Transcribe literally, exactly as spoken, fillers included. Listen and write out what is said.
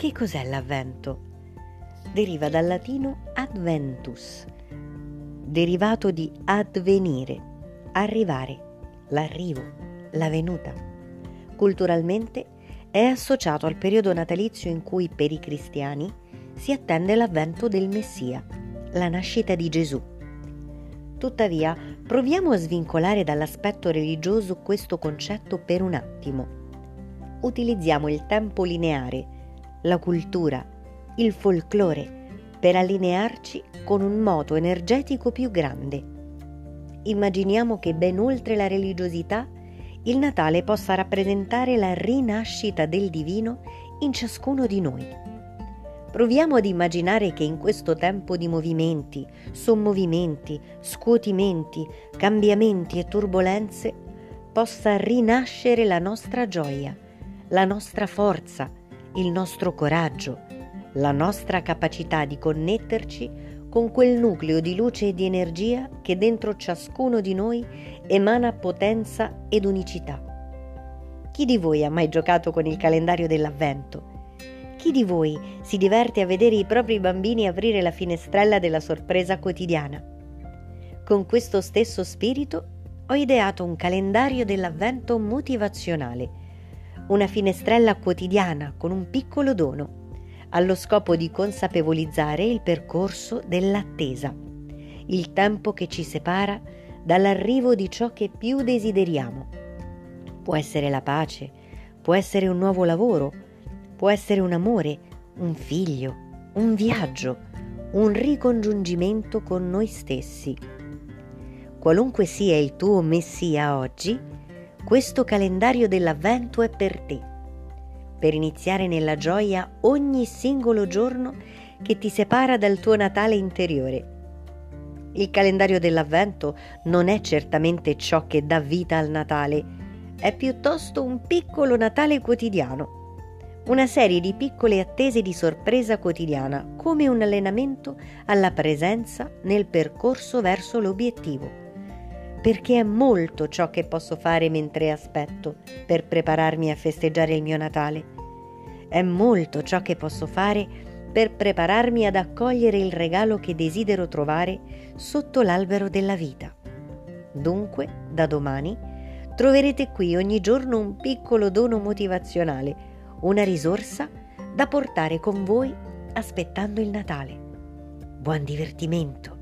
Che cos'è l'Avvento? Deriva dal latino adventus, derivato di advenire, arrivare, l'arrivo, la venuta. Culturalmente è associato al periodo natalizio in cui per i cristiani si attende l'avvento del Messia, la nascita di Gesù. Tuttavia, proviamo a svincolare dall'aspetto religioso questo concetto per un attimo. Utilizziamo il tempo lineare, la cultura, il folklore per allinearci con un moto energetico più grande. Immaginiamo che ben oltre la religiosità, il Natale possa rappresentare la rinascita del divino in ciascuno di noi. Proviamo ad immaginare che in questo tempo di movimenti, sommovimenti, scuotimenti, cambiamenti e turbolenze possa rinascere la nostra gioia, la nostra forza, il nostro coraggio, la nostra capacità di connetterci con quel nucleo di luce e di energia che dentro ciascuno di noi emana potenza ed unicità. Chi di voi ha mai giocato con il calendario dell'Avvento? Chi di voi si diverte a vedere i propri bambini aprire la finestrella della sorpresa quotidiana? Con questo stesso spirito ho ideato un calendario dell'Avvento motivazionale, una finestrella quotidiana con un piccolo dono, allo scopo di consapevolizzare il percorso dell'attesa, il tempo che ci separa dall'arrivo di ciò che più desideriamo. Può essere la pace, può essere un nuovo lavoro, può essere un amore, un figlio, un viaggio, un ricongiungimento con noi stessi. Qualunque sia il tuo Messia oggi, questo calendario dell'Avvento è per te, per iniziare nella gioia ogni singolo giorno che ti separa dal tuo Natale interiore. Il calendario dell'Avvento non è certamente ciò che dà vita al Natale, è piuttosto un piccolo Natale quotidiano, una serie di piccole attese di sorpresa quotidiana, come un allenamento alla presenza nel percorso verso l'obiettivo, perché è molto ciò che posso fare mentre aspetto per prepararmi a festeggiare il mio Natale. È molto ciò che posso fare per prepararmi ad accogliere il regalo che desidero trovare sotto l'albero della vita. Dunque, da domani, troverete qui ogni giorno un piccolo dono motivazionale, una risorsa da portare con voi aspettando il Natale. Buon divertimento!